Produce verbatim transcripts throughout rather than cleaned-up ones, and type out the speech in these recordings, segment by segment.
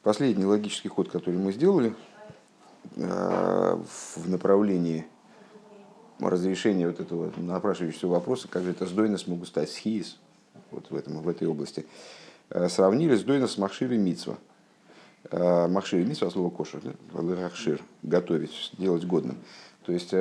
Последний логический ход, который мы сделали в направлении разрешения вот этого напрашивающегося вопроса, как же это с дойнос могут стать схиис, вот в, этом, в этой области, сравнили с дойнос с махшир и мицва. Махшир и мицва, слово кошер, да? Готовить, делать годным. То есть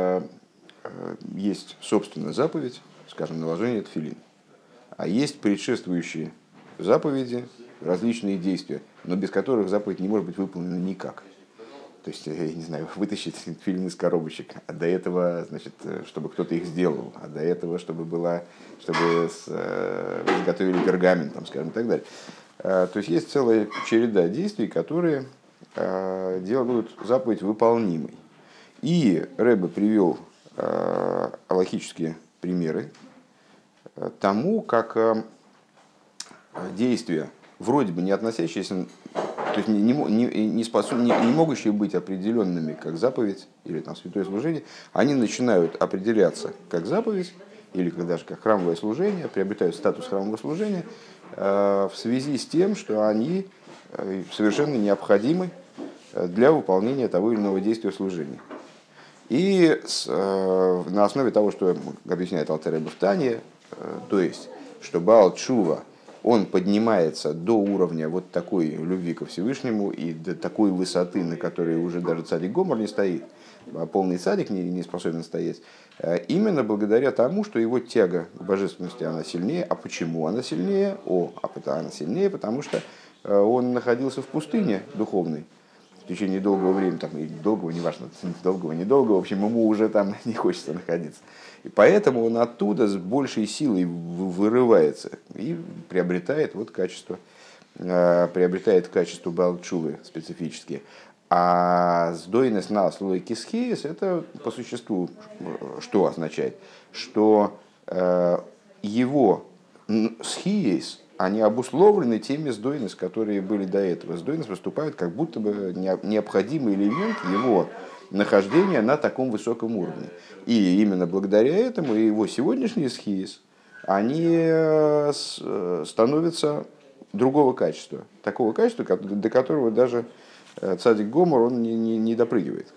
есть собственная заповедь, скажем, наложение тфилин, а есть предшествующие заповеди, различные действия, но без которых заповедь не может быть выполнена никак. То есть, я не знаю, вытащить тфилин из коробочек, а до этого, значит, чтобы кто-то их сделал, а до этого, чтобы была, чтобы с, э, изготовили пергамент, там, скажем, и так далее. То есть есть целая череда действий, которые э, делают заповедь выполнимой. И Рэбе привел э, алахические примеры тому, как э, действия, вроде бы не относящиеся, то есть не, не, не, способ, не, не могущие быть определенными как заповедь или там, святое служение, они начинают определяться как заповедь или как, даже как храмовое служение, приобретают статус храмового служения э, в связи с тем, что они э, совершенно необходимы для выполнения того или иного действия служения. И с, э, на основе того, что объясняет Алтер Ребе в Тане, э, то есть, что Баал Тшува, он поднимается до уровня вот такой любви ко Всевышнему и до такой высоты, на которой уже даже цадик Гомор не стоит, а полный цадик не, не способен стоять, именно благодаря тому, что его тяга к божественности, она сильнее. А почему она сильнее? О, а потому она сильнее, потому что он находился в пустыне духовной в течение долгого времени, там, и долгого, неважно, долгого, недолгого, в общем, ему уже там не хочется находиться. И поэтому он оттуда с большей силой вырывается и приобретает вот качество, приобретает качество Баал Тшувы специфические. А сдойность на слой кисхиес, это по существу что означает? Что его схиес, они обусловлены теми сдойнос, которые были до этого. Сдойнос выступают как будто бы необходимый элемент его нахождения на таком высоком уровне. И именно благодаря этому его сегодняшние схиес, они становятся другого качества. Такого качества, до которого даже цадик Гомор он не, не, не допрыгивает.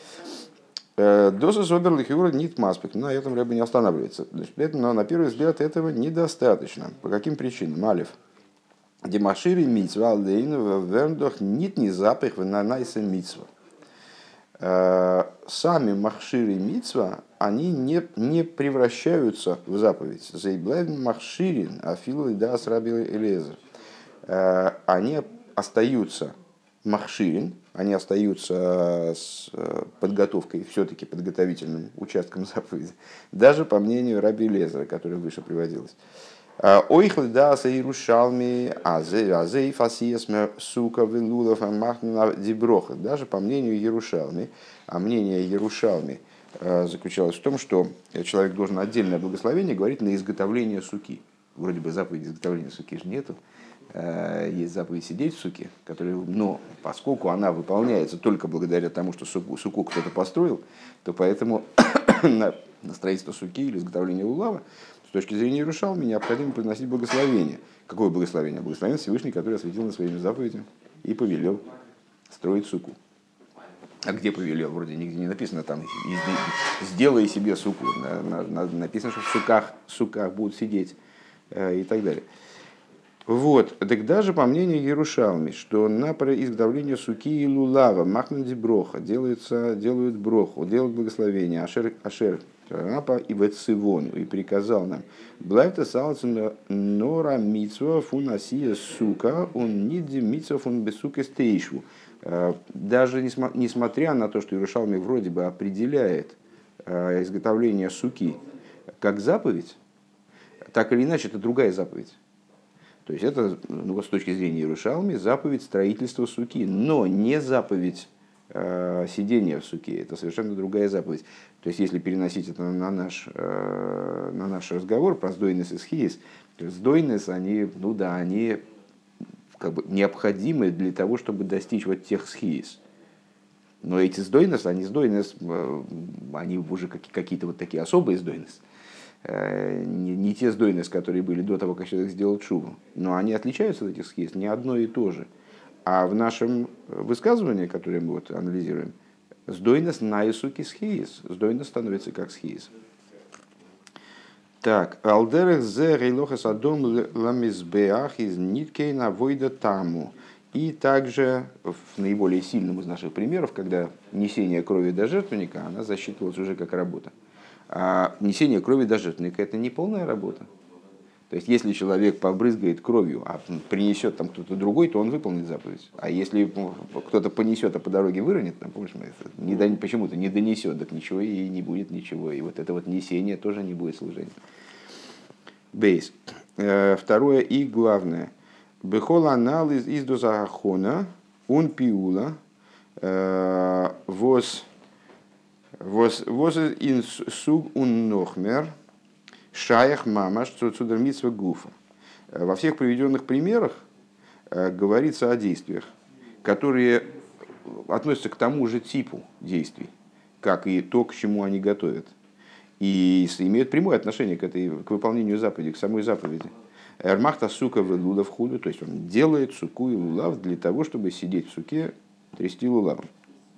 Доса соберлих юра нит маспект. На этом Рэбе не останавливается. Но на первый взгляд этого недостаточно. По каким причинам? Алиф. Демашири митцва алдейну верндох нит не запах на найсе митцва. Сами махшири митцва, они не, не превращаются в заповедь. Зейблайм махширин, афилу и дас раби Элиэзер. Они остаются махширин, они остаются с подготовкой, все-таки подготовительным участком заповеди, даже по мнению раби Элиэзера, который выше приводилось. Ойхл даса Иерушалми, азей фасиес сука вилулов махна диброха. Даже по мнению Иерушалми, а мнение Иерушалми заключалось в том, что человек должен отдельное благословение говорить на изготовление суки. Вроде бы заповеди изготовления суки же нету. Есть заповедь сидеть в суке, которая, но поскольку она выполняется только благодаря тому, что суку, суку кто-то построил, то поэтому на, на строительство суки или изготовление улава с точки зрения Иерушалми необходимо приносить благословение. Какое благословение? Благословение Всевышний, который осветил на своими заповедями и повелел строить суку. А где повелел? Вроде нигде не написано там «сделай себе суку». Написано, что в суках, суках будут сидеть и так далее. Вот, так даже по мнению Иерушалми, что на изготовление суки и лулава, махнади броха, делаются, делают броху, делают благословение, ашер, ашер, рапа и вецивону, и приказал нам, блайфта салцу нора митсва фунасия сука, он ниди митсва фун бесука стейшу. Даже несмотря на то, что Иерушалми вроде бы определяет изготовление суки как заповедь, так или иначе это другая заповедь. То есть это, ну, с точки зрения Иерушалми, заповедь строительства суки, но не заповедь э, сидения в суке. Это совершенно другая заповедь. То есть если переносить это на наш, э, на наш разговор про сдойнес и схиес, то сдойнес, они, ну да, они как бы необходимы для того, чтобы достичь вот тех схиес. Но эти сдойнес, они сдойнес, э, они уже какие-то вот такие особые сдойнес. Не, не те сдойнес, которые были до того, как человек сделал тшуву, но они отличаются от этих схиес, не одно и то же. А в нашем высказывании, которое мы вот анализируем, сдойнос наисуки схиис. Сдойнос становится как схиис. Так, алдерах зе рейлохас адом ламизбеах из ниткейна войда таму. И также в наиболее сильном из наших примеров, когда несение крови до жертвенника, она засчитывалась уже как работа. А несение крови до жертвенника — это не полная работа. То есть, если человек побрызгает кровью, а принесет там кто-то другой, то он выполнит заповедь. А если кто-то понесет, а по дороге выронит, там, помнишь, не до, почему-то не донесет, так ничего и не будет ничего. И вот это вот несение тоже не будет служением. Бейс. Второе и главное. Бехол анализ из дозахона ун пиула воз воз ин суг ун нохмер шаях мамаш цудер митсва гуфа. Во всех приведенных примерах говорится о действиях, которые относятся к тому же типу действий, как и то, к чему они готовят, и имеют прямое отношение к, этой, к выполнению заповеди, к самой заповеди. Эрмахта сука в лулав худу, то есть он делает суку и лулав для того, чтобы сидеть в суке, трясти лулавом.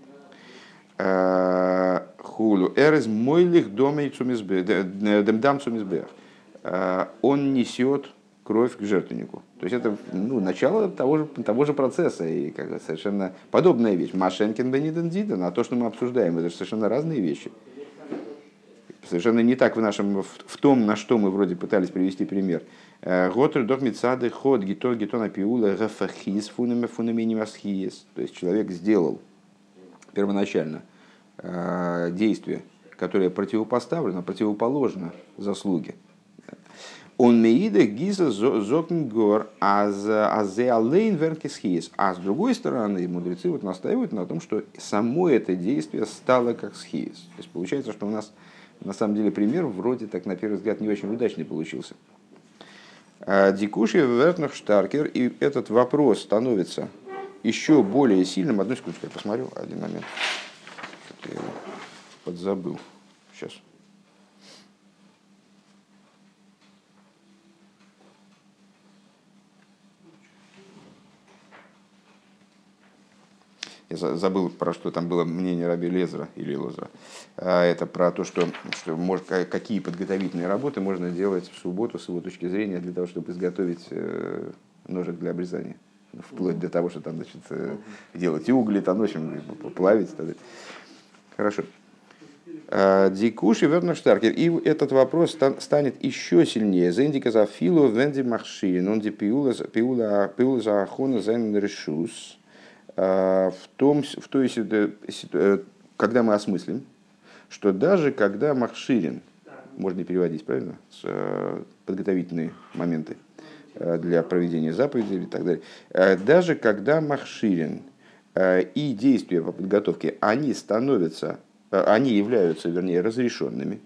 Хулу эрез мойлих домей демдам цумизбех. Он несет кровь к жертвеннику. То есть это, ну, начало того же, того же процесса, и как бы совершенно подобная вещь. Машенкин бенидендиден, а то, что мы обсуждаем, это же совершенно разные вещи. Совершенно не так в нашем, в том, на что мы вроде пытались привести пример. Готр дох мицады ход гито гито напиула гафахис фунами фунамини масхиес. То есть человек сделал первоначально действие, которое противопоставлено, противоположно заслуге. Он меида гиза зокнгор азеалейн веркисхиес. А с другой стороны, мудрецы вот настаивают на том, что само это действие стало как схиес. То есть получается, что у нас на самом деле пример вроде так на первый взгляд не очень удачный получился. Дикуши вертнах штаркер, и этот вопрос становится еще более сильным. Одну секундочку, я посмотрю, один момент. Что-то я его подзабыл. Сейчас. Я забыл, про что там было мнение раби Лезера или Лозера. Это про то, что, что может, какие подготовительные работы можно делать в субботу с его точки зрения для того, чтобы изготовить ножик для обрезания. Вплоть до того, что там, значит, делать и угли, там, в общем, плавить. Хорошо. Дикуши вернуштаркер. И этот вопрос станет еще сильнее. Зендика за филу венди махширин. Он пиула за ахона зен решус. В том, в той ситуации, когда мы осмыслим, что даже когда махширин, можно и переводить, правильно, с подготовительные моменты для проведения заповедей и так далее, даже когда махширин и действия по подготовке, они становятся, они являются, вернее, разрешенными,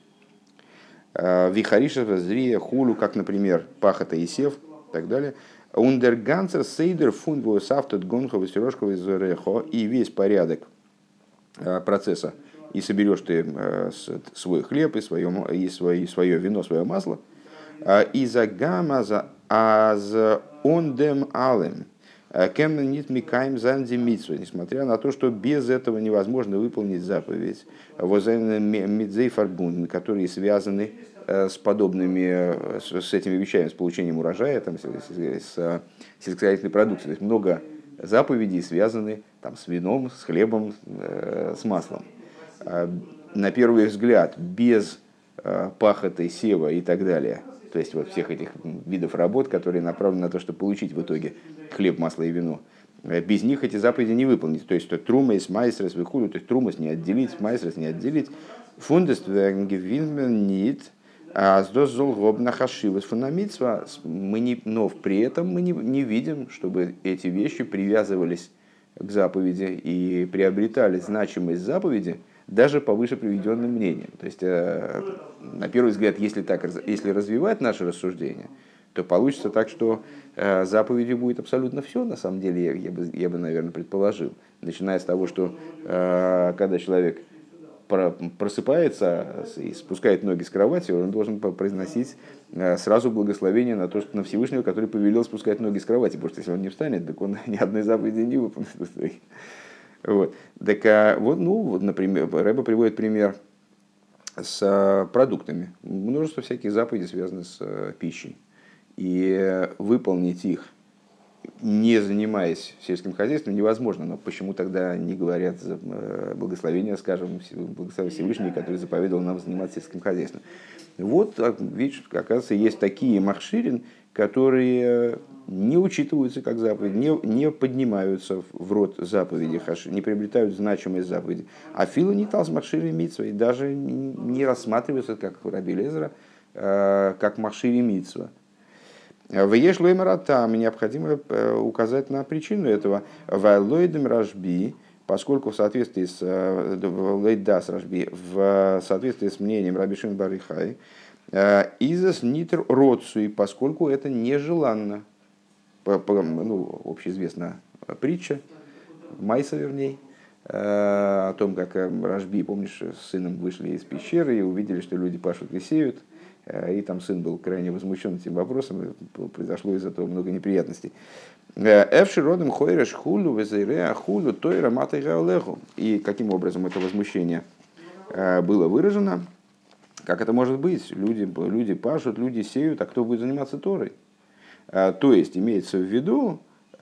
вихариша, зрия, хулу, как, например, пахота и сев и так далее, Ундерганцер сейдер фунву сафтот гонхова сирошкова из рехо, и весь порядок процесса, и соберешь ты свой хлеб, и свое, и свое, свое вино, свое масло, и за гамма за аз ондем алем кем нит микаем занди митсу, несмотря на то, что без этого невозможно выполнить заповедь, возен мидзей фарбун, которые связаны с подобными, с этими вещами, с получением урожая, там, с, с сельскохозяйственной продукцией. То есть много заповедей связаны там, с вином, с хлебом, с маслом. На первый взгляд, без пахоты, сева и так далее, то есть вот всех этих видов работ, которые направлены на то, чтобы получить в итоге хлеб, масло и вино, без них эти заповеди не выполнить. То есть трумас, майсрес, выхуду, то есть трумас не отделить, майсрес не отделить. Фундест гевинмен нит. А мы не, но при этом мы не, не видим, чтобы эти вещи привязывались к заповеди и приобретали значимость заповеди даже по выше приведенным мнениям. То есть, на первый взгляд, если, так, если развивать наше рассуждение, то получится так, что заповедью будет абсолютно все, на самом деле, я, я, бы, я бы, наверное, предположил. Начиная с того, что когда человек просыпается и спускает ноги с кровати, он должен произносить сразу благословение на то, что на Всевышнего, который повелел спускать ноги с кровати, потому что если он не встанет, так он ни одной заповеди не выполнит. Вот. Так, а, вот, ну, вот, например, Рэбе приводит пример с продуктами. Множество всяких заповедей связано с пищей. И выполнить их, не занимаясь сельским хозяйством, невозможно. Но почему тогда не говорят благословения, скажем, благословения Всевышнего, который заповедовал нам заниматься сельским хозяйством? Вот, видишь, оказывается, есть такие махширин, которые не учитываются как заповеди, не, не поднимаются в род заповеди, не приобретают значимость заповеди. А филу не талс махшири митсва, и даже не рассматриваются, как Раби Элиэзера, как махшири митсва. В Ешлоймаратам необходимо указать на причину этого. Вайлойдем Рашби, поскольку в соответствии с Лейдас Рашби, в соответствии с мнением Раби Шимон бар Йохай, изас нитр родсуи, поскольку это нежеланно. Ну, общеизвестная притча, Майса, вернее, о том, как Рашби, помнишь, с сыном вышли из пещеры и увидели, что люди пашут и сеют. И там сын был крайне возмущен этим вопросом, и произошло из этого много неприятностей. Эвши родом хойреш хулю везейре хулю тойра матай гаолеху. И каким образом это возмущение было выражено? Как это может быть? Люди, люди пашут, люди сеют, а кто будет заниматься Торой? То есть имеется в виду,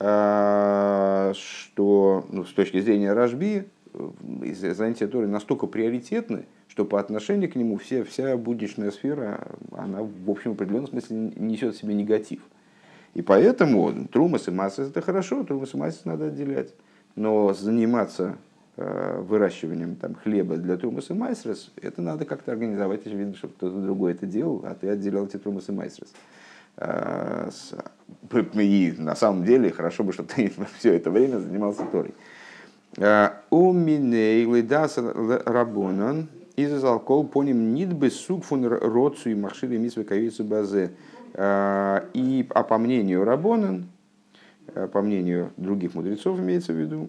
что, ну, с точки зрения Рашби, занятия Торой настолько приоритетны, что по отношению к нему все, вся будничная сфера, она в общем определенном смысле несет в себе негатив. И поэтому трумас и массис это хорошо, трумас и массис надо отделять. Но заниматься э, выращиванием там, хлеба для трумас и массис, это надо как-то организовать, очевидно, чтобы кто-то другой это делал, а ты отделял эти трумас и массис. Э, и на самом деле хорошо бы, чтобы ты все это время занимался Торой. У миней лидас рабонан из алкол поним нит бы сук фун роцу и махшили мисвы кавицу базе. И а по мнению рабонан, по мнению других мудрецов имеется в виду,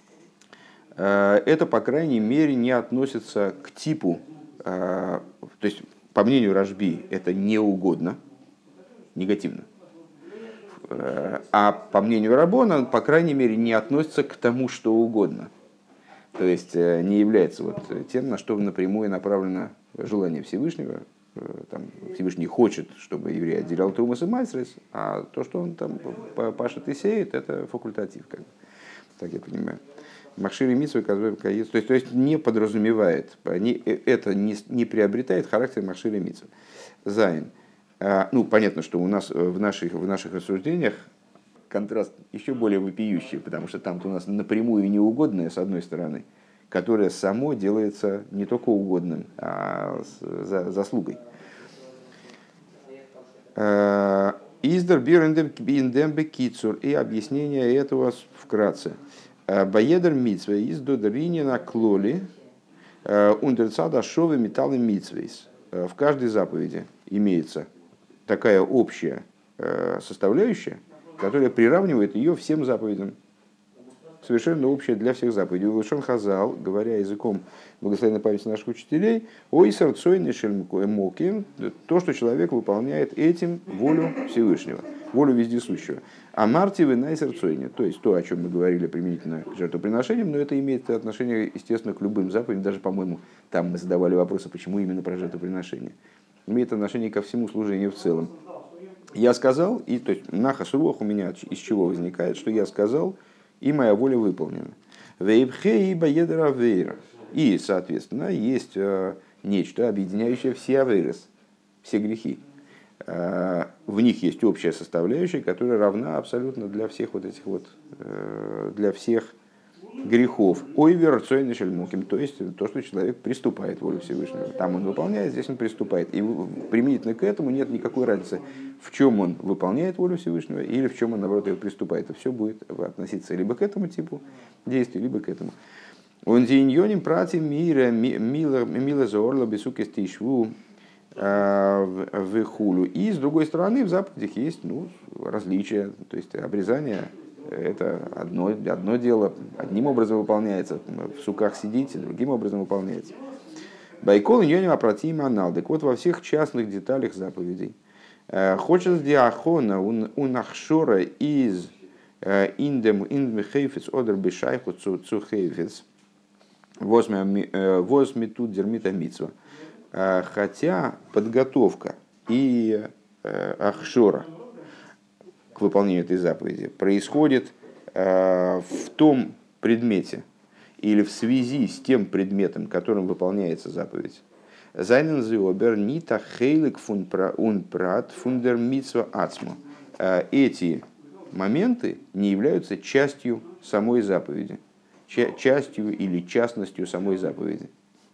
это по крайней мере не относится к типу, то есть по мнению Рашби это неугодно, негативно. А по мнению Рабона, по крайней мере, не относится к тому, что угодно. То есть не является вот тем, на что напрямую направлено желание Всевышнего. Там, Всевышний хочет, чтобы еврей отделял трумас и майсрес, а то, что он там пашет и сеет, это факультатив, как бы. Так я понимаю. Махшири митсвы, то есть, то есть не подразумевает, не, это не, не приобретает характер махшири митсвы. Зайн. Ну, понятно, что у нас в наших, в наших рассуждениях контраст еще более вопиющий, потому что там-то у нас напрямую неугодное, с одной стороны, которое само делается не только угодным, а с заслугой. Издер биндембе кицур, и объяснение этого вкратце. Баедер митсве из додаринина клоли ундерцада шовы металлы митсвейс. В каждой заповеди имеется такая общая составляющая, которая приравнивает ее всем заповедям. Совершенно общая для всех заповедей. Улышон Хазал, говоря языком благословенной памяти наших учителей, ой сарцойный шельмокин, то, что человек выполняет этим волю Всевышнего, волю вездесущего. А марти вы на сарцойне, то есть то, о чем мы говорили применительно к жертвоприношениям, но это имеет отношение, естественно, к любым заповедям. Даже, по-моему, там мы задавали вопросы, почему именно про жертвоприношение. Имеет отношение ко всему служению в целом. Я сказал, и то есть нахас руах у меня из чего возникает, что я сказал, и моя воля выполнена. И, соответственно, есть нечто, объединяющее все авейрос, все грехи. В них есть общая составляющая, которая равна абсолютно для всех вот этих вот, для всех грехов. Ойвер цойный шельмуким, то есть то, что человек приступает к воле Всевышнего. Там он выполняет, здесь он приступает. И применительно к этому нет никакой разницы, в чем он выполняет волю Всевышнего или в чем он, наоборот, ее приступает. Это все будет относиться либо к этому типу действий, либо к этому. Он дииньоним прати мира мила заорла бесуки стишву в хулу. И с другой стороны в заповедях есть, ну, различия, то есть обрезание. Это одно, одно дело, одним образом выполняется, в суках сидите, другим образом выполняется. Байкол иньоним апротим анал. Так вот, во всех частных деталях заповедей. Хочет диахона унахшора из индем индем хейфец одер бешайху цу хейфец возьми тут дермита митсва. Хотя подготовка и ахшора к выполнению этой заповеди происходит в том предмете или в связи с тем предметом, которым выполняется заповедь. Зайнен зиобер нита хейлик фун прат фундер митсва ацмо. Эти моменты не являются частью самой заповеди, частью или частностью самой заповеди.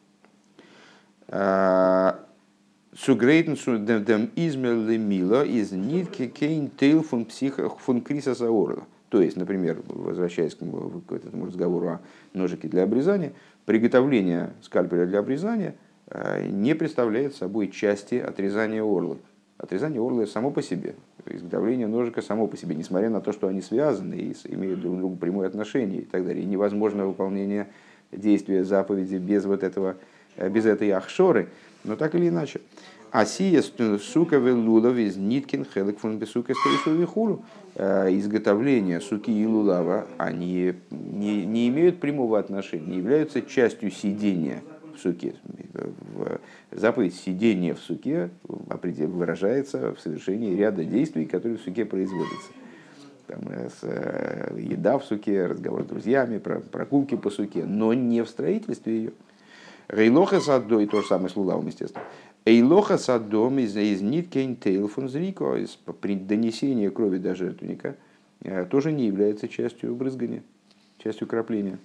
Сугрейтен дем измел лемила из нитки кейн тейл фун психа фун крисаса орла. То есть, например, возвращаясь к этому разговору о ножике для обрезания, приготовление скальпеля для обрезания не представляет собой части отрезания орлы. Отрезание орлы само по себе, изготовление ножика само по себе, несмотря на то, что они связаны и имеют друг к другу прямое отношение и так далее. И невозможно выполнение действия заповеди без вот этого, без этой ахшоры, но так или иначе. Асия сука велулав из ниткин хелек фун бесука стейшу вихулу. Изготовление суки и лулава, они не, не имеют прямого отношения, не являются частью сидения в суке. Заповедь сидения в суке выражается в совершении ряда действий, которые в суке производятся. Там, с, еда в суке, разговор с друзьями, прогулки по суке, но не в строительстве ее. Рейлоха садо, и то же самое с лулавом, естественно. Эйлоха садом из ниткейн тейлфун зрико, при донесении крови до жертвенника, тоже не является частью брызгания, частью крапления.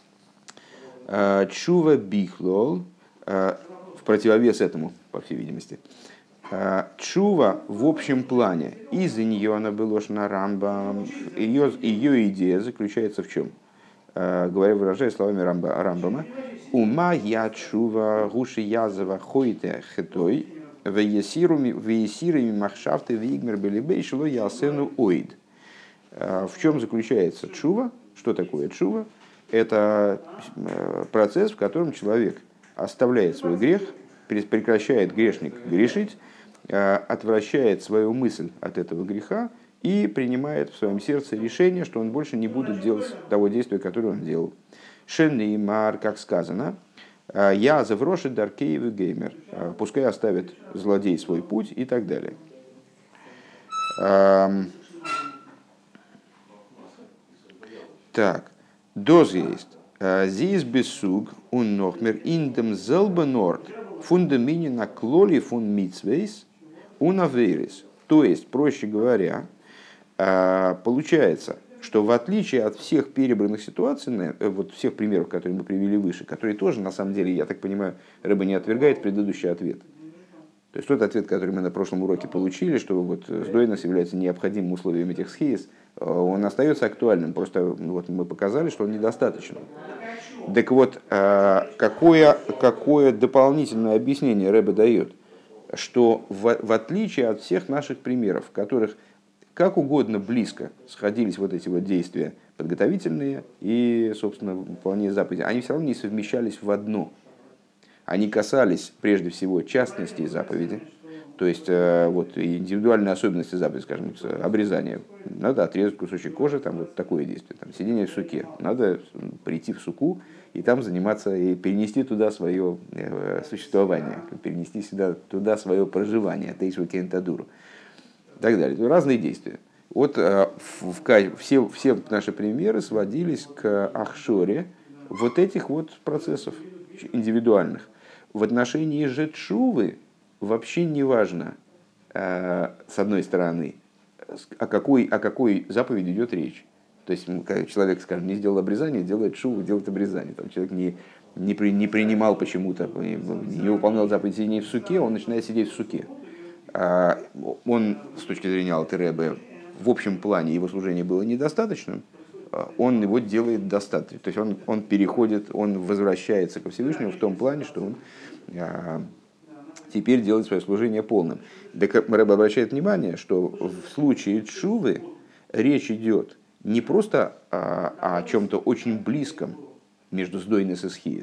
Чува бихлол, в противовес этому, по всей видимости. Чува в общем плане, из нее она была на Рамбам, ее, ее идея заключается в чем? Говоря, выражая словами Рамба, Рамбама, ума я чува гуши язова хойте хетой веесирами махшафты вигмер белибей шло ясену оид. В чем заключается чува? Что такое чува? Это процесс, в котором человек оставляет свой грех, прекращает грешник грешить, отвращает свою мысль от этого греха и принимает в своем сердце решение, что он больше не будет делать того действия, которое он делал. Шенеймар, как сказано, я завроши даркеевый геймер, пускай оставит злодей свой путь и так далее. Так, доз есть. Зис бесуг ун нохмер индем зелбенорд фундамини на клоли фун митсвейс унаверис. То есть, проще говоря, получается, что в отличие от всех перебранных ситуаций, вот всех примеров, которые мы привели выше, которые тоже, на самом деле, я так понимаю, Рэбе не отвергает предыдущий ответ. То есть тот ответ, который мы на прошлом уроке получили, что вот сдойность является необходимым условием этих схиз, он остается актуальным. Просто вот мы показали, что он недостаточен. Так вот, какое, какое дополнительное объяснение Рэбе дает, что в, в отличие от всех наших примеров, в которых как угодно близко сходились вот эти вот действия подготовительные и, собственно, выполнение заповедей, они все равно не совмещались в одно. Они касались прежде всего частностей заповеди, то есть вот, индивидуальные особенности заповеди, скажем, обрезание. Надо отрезать кусочек кожи, там вот такое действие, там, сидение в суке. Надо прийти в суку и там заниматься, и перенести туда свое существование, перенести сюда, туда свое проживание, тейшву кентадуру и так далее. Разные действия. Вот в, в, все, все наши примеры сводились к ахшоре вот этих вот процессов индивидуальных. В отношении же тшувы вообще не важно, э, с одной стороны, о какой, о какой заповеди идет речь. То есть, когда человек, скажем, не сделал обрезание, делает тшуву, делает обрезание. Там человек не, не, при, не принимал почему-то, не выполнял заповедь сидения в суке, он начинает сидеть в суке. А он, с точки зрения Алтер Ребе, в общем плане его служение было недостаточным, он его делает достаточно. То есть он, он переходит, он возвращается ко Всевышнему в том плане, что он а, теперь делает свое служение полным. Так Рэб обращает внимание, что в случае тшувы речь идет не просто а, о чем-то очень близком между сдойнес и схиес,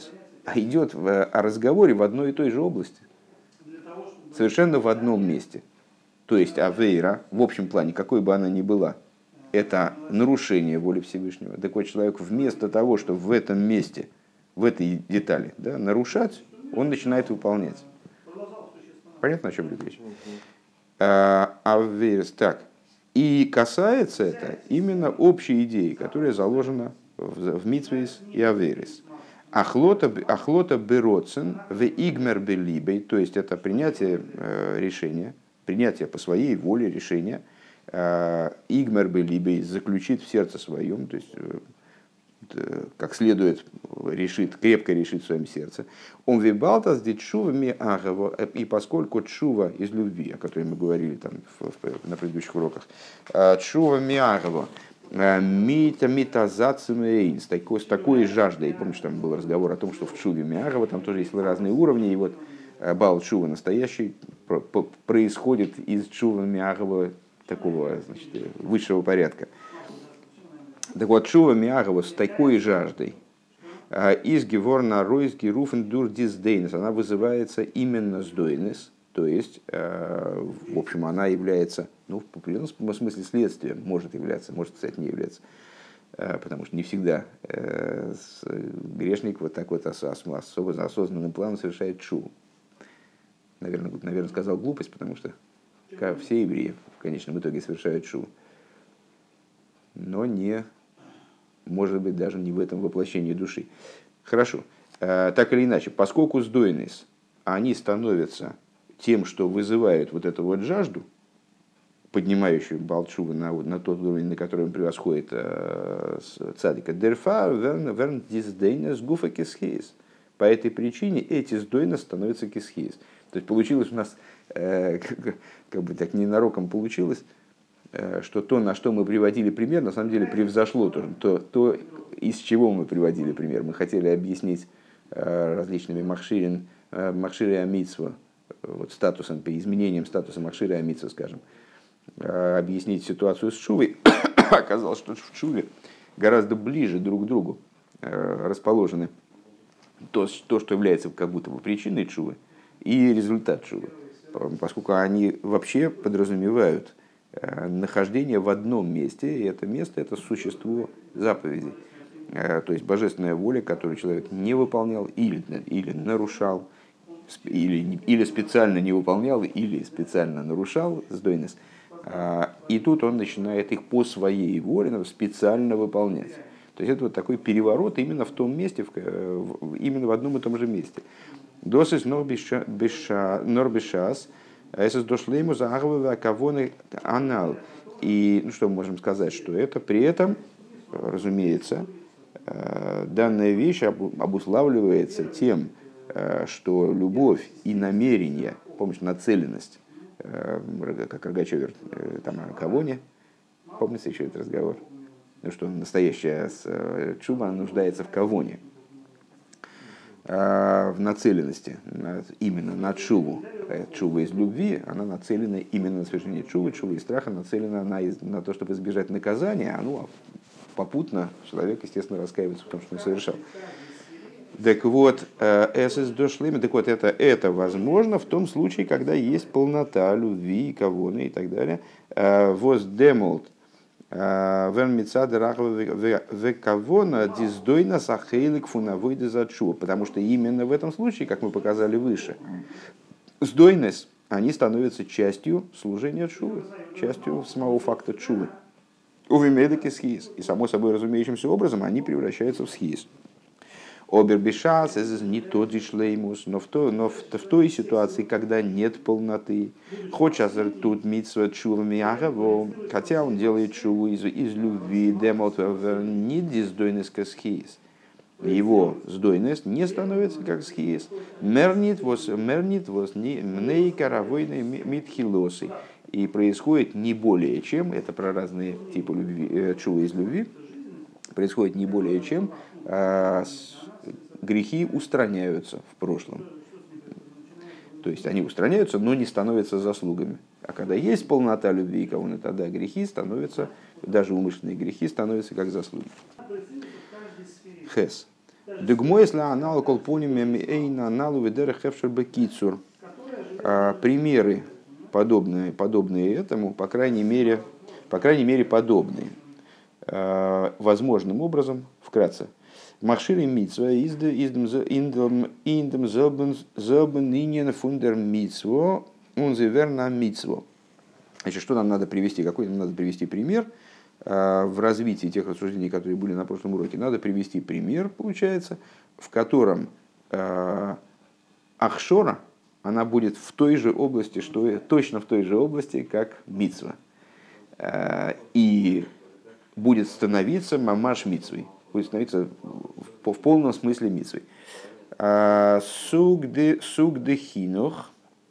а идет в, о разговоре в одной и той же области, совершенно в одном месте. То есть авейра, в общем плане, какой бы она ни была, это нарушение воли Всевышнего. Так вот, человек вместо того, чтобы в этом месте, в этой детали, да, нарушать, он начинает выполнять. Понятно, о чем идет речь? Авейрс, так. И касается это именно общей идеи, которая заложена в, в мицвейс и авейрис. Ахлота, ахлота бероцен в игмер белибей, то есть это принятие э, решения, принятие по своей воле решения, э, игмер белибей, заключит в сердце своем, то есть э, как следует решит, крепко решит в своем сердце. Он вибалтас дит шува ми агава, и поскольку чува из любви, о которой мы говорили там в, в, на предыдущих уроках, чува ми агава, Мита митазацимейн, с такой, с такой жаждой. Помнишь, там был разговор о том, что в чуве Миагова там тоже есть разные уровни. И вот Баал Чува настоящий происходит из чува Миагова такого, значит, высшего порядка. Так вот, чува Миагова с такой жаждой из Геворна Ройс Геруфен Дур Диздейнес, она вызывается именно с дойнес. То есть, в общем, она является, ну, в определенном смысле следствием, может являться, может, кстати, не являться, потому что не всегда грешник вот так вот особо осознанным планом совершает шуву. Наверное, наверное, сказал глупость, потому что все евреи в конечном итоге совершают шуву. Но не, может быть, даже не в этом воплощении души. Хорошо. Так или иначе, поскольку сдойность, они становятся тем, что вызывает вот эту вот жажду, поднимающую Баал Тшува на, на тот уровень, на который он превосходит э, цадика. Дерфа верн диздейнес гуфа кисхейс. По этой причине эти сдойнес становятся кисхейс. То есть получилось у нас, э, как, как бы так ненароком получилось, э, что то, на что мы приводили пример, на самом деле превзошло то, то, то из чего мы приводили пример. Мы хотели объяснить э, различными махширин, э, махшири амитсва, вот статусом, по изменениям статуса Махшира и Амитса, скажем, объяснить ситуацию с Шувой. Оказалось, что в Шуве гораздо ближе друг к другу расположены то, то, что является как будто бы причиной Шувы, и результат Шувы, поскольку они вообще подразумевают нахождение в одном месте, и это место – это существо заповедей. То есть божественная воля, которую человек не выполнял или, или нарушал, Или, или специально не выполнял, или специально нарушал сдойнес. И тут он начинает их по своей воле специально выполнять. То есть это вот такой переворот именно в том месте, в, именно в одном и том же месте. Досыс норбишас, эсэс дошлейму заагвы акавоны анал. И ну, что мы можем сказать, что это при этом, разумеется, данная вещь обуславливается тем, что любовь и намерение, помнишь, нацеленность, как Рогачевер там о Кавоне, помните еще этот разговор, что настоящая чува нуждается в Кавоне, в нацеленности именно на чуву. Чува из любви, она нацелена именно на совершение чувы, чува из страха нацелена на, на то, чтобы избежать наказания, а ну, попутно человек, естественно, раскаивается в том, что он совершал. Так вот, эсэс дошлим, так вот, это, это возможно в том случае, когда есть полнота любви, кавоны и так далее. Воз демолт вермица дерахва кавона диздойна сахейлик фунавойды зачу. Потому что именно в этом случае, как мы показали выше, сдойность, они становятся частью служения чувы, частью самого факта чувы. Увимедеки схиз. И само собой разумеющимся образом они превращаются в схиз. Обербишас, это не тот же шлеймус, но в, то, но в, в той ситуации, когда нет полноты, хоча тут митсва чувами агаво, хотя он делает чуву из, из любви, демот не диздойнес касхиес. Его сдойность не становится как схиес. Мернит вос мернит вос мней каравойной митхилосы. И происходит не более чем, это про разные типы любви, чувы из любви, происходит не более чем а, грехи устраняются в прошлом. То есть они устраняются, но не становятся заслугами. А когда есть полнота любви и кого-то, тогда грехи становятся, даже умышленные грехи становятся как заслуги. Хес. Дегмойс ла анал колпоним эйна аналу ведера хефшер бекицур. Примеры подобные, подобные этому, по крайней мере, по крайней мере подобные. Возможным образом, вкратце. Махшир и митцва издем зобен иньен фундер митцво унзеверна митцво. Значит, что нам надо привести? Какой нам надо привести пример в развитии тех рассуждений, которые были на прошлом уроке? Надо привести пример, получается, в котором ахшора, она будет в той же области, что точно в той же области, как митцва. И будет становиться мамаш митцвой. Будет становиться в полном смысле митцвой. Суг де хинух.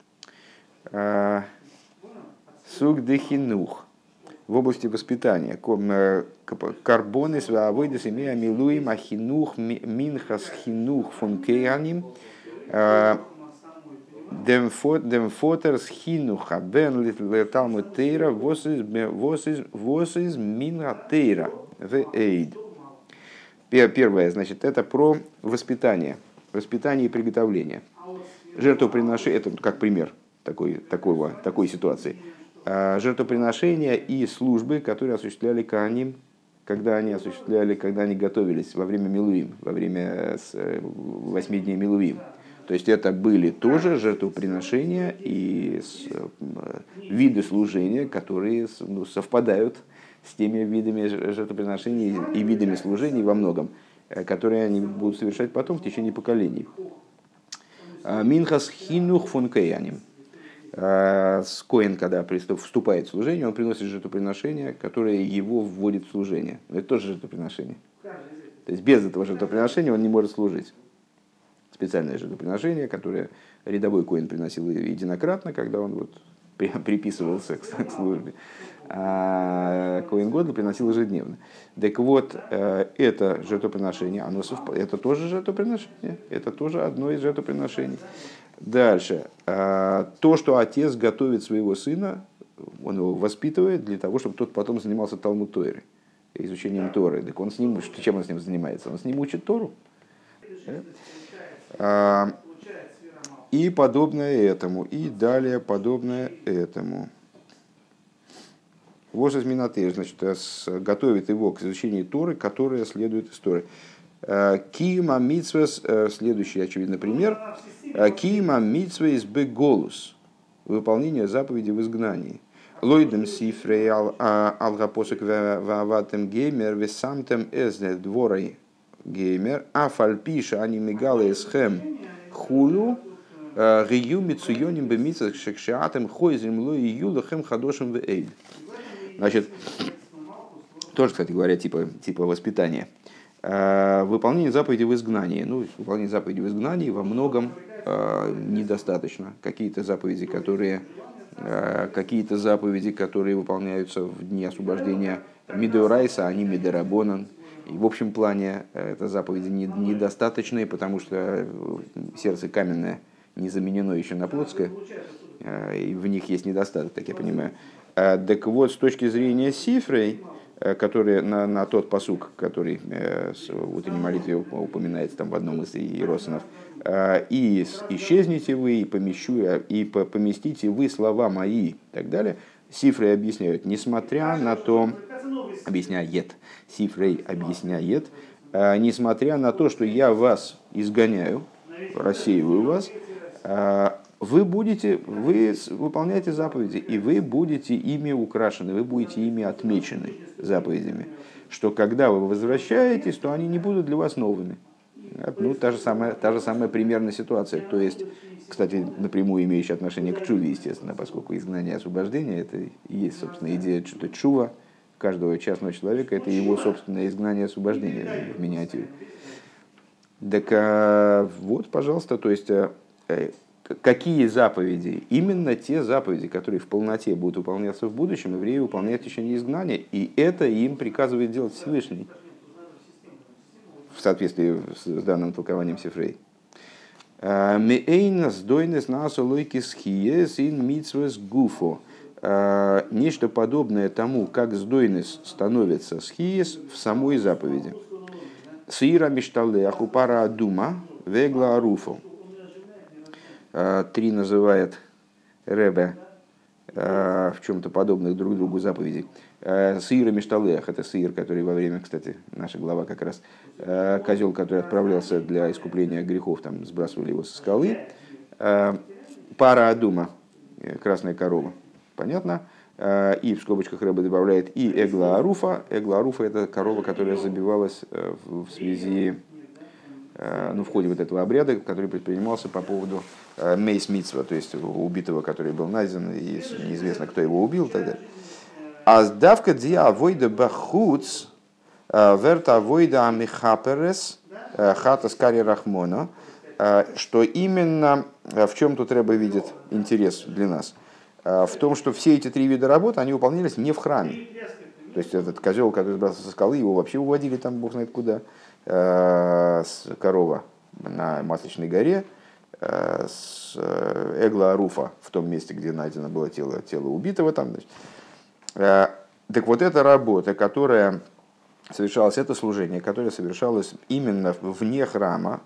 Суг де хинух. В области воспитания. Карбоны сваавойдес имея милуим ахинух минхас хинух фон кейаним. Dem fotters хинуха бен леталму тейра вос из мина тейра в эйд. Первое, значит, это про воспитание. Воспитание и приготовление. Жертвоприношение, это как пример такой, такого, такой ситуации. Жертвоприношения и службы, которые осуществляли коаним, когда они осуществляли, когда они готовились во время милуим, во время восьми дней милуим. То есть это были тоже жертвоприношения и виды служения, которые ну, совпадают с теми видами жертвоприношений и видами служений во многом, которые они будут совершать потом в течение поколений. Минхас хинух фон кейаним. Коэн, когда вступает в служение, он приносит жертвоприношение, которое его вводит в служение. Это тоже жертвоприношение. То есть без этого жертвоприношения он не может служить. Специальное жертвоприношение, которое рядовой коэн приносил единократно, когда он вот приписывался к службе, а коэн Годл приносил ежедневно. Так вот, это жертвоприношение, оно совп... это тоже жертвоприношение, это тоже одно из жертвоприношений. Дальше. То, что отец готовит своего сына, он его воспитывает для того, чтобы тот потом занимался Талмуд Торой, изучением Торы. Так он с ним, чем он с ним занимается? Он с ним учит Тору. И подобное этому, и далее подобное этому. Воз из Минатейр, значит, готовит его к изучению Торы, которая следует из Торы. Кима митсвес, следующий очевидный пример. Кима митсвес беголус, выполнение заповеди в изгнании. Лойдем сифрей алгапосек ваватем геймер весамтем эзне дворой геймер, а фальпиша они мигалы эсхэм хулю гию мицуйоним бемитсвес шекшиатем хойзем лой юлахем хадошем вэйд. Значит, тоже, кстати говоря, типа, типа воспитания. Выполнение заповеди в изгнании. Ну, выполнение заповеди в изгнании во многом э, недостаточно. Какие-то заповеди, которые, э, какие-то заповеди, которые выполняются в дни освобождения мидеорайса, они мидерабонан. И в общем плане э, это заповеди не, недостаточные, потому что сердце каменное не заменено еще на плотское, э, и в них есть недостаток, так я понимаю. Э, так вот, с точки зрения сифрей, который на, на тот пасук, который э, в утренней молитве упоминается там в одном из иеросинов, э, и исчезните вы, и помещу, и поместите вы слова мои, и так далее. Сифрей объясняют, несмотря на то, объясняет, Сифрей объясняет, э, несмотря на то, что я вас изгоняю, рассеиваю вас, э, вы будете, вы выполняете заповеди, и вы будете ими украшены, вы будете ими отмечены заповедями, что когда вы возвращаетесь, то они не будут для вас новыми. Ну, та же самая, та же самая примерная ситуация. То есть, кстати, напрямую имеющая отношение к чуве, естественно, поскольку изгнание и освобождение – это и есть, собственно, идея чува каждого частного человека, это его собственное изгнание и освобождение в миниатюре. Так вот, пожалуйста, то есть, какие заповеди? Именно те заповеди, которые в полноте будут выполняться в будущем, евреи выполняют в течение изгнания, и это им приказывает делать Всевышний в соответствии с данным толкованием Сифрей. Меэйнас дойнес насо лойкис хиес ин митсвес гуфо. Нечто подобное тому, как сдойнес становится схиес в самой заповеди. Сира мишталех упара дума вегла руфу. Три называет Ребе в чем-то подобных друг другу заповедей. Сыра Мишталех, это сыр, который во время, кстати, наша глава как раз, козел, который отправлялся для искупления грехов, там сбрасывали его со скалы. Пара Адума, красная корова, понятно? И в скобочках Ребе добавляет и Эгла Аруфа. Эгла Аруфа — это корова, которая забивалась в связи, ну, в ходе вот этого обряда, который предпринимался по поводу мейс мицва, то есть убитого, который был найден, и неизвестно, кто его убил, и так далее. А сдавка ди авойда бахуц верта авойда амихаперес хата скари рахмона, что именно в чем тут Ребе видит интерес для нас? В том, что все эти три вида работы, они выполнялись не в храме. То есть этот козел, который сбрасывался со скалы, его вообще уводили там, бог знает куда, корова на Масличной горе, с Эгла Аруфа в том месте, где найдено было тело, тело убитого. Там, так вот, эта работа, которая совершалась, это служение, которое совершалось именно вне храма,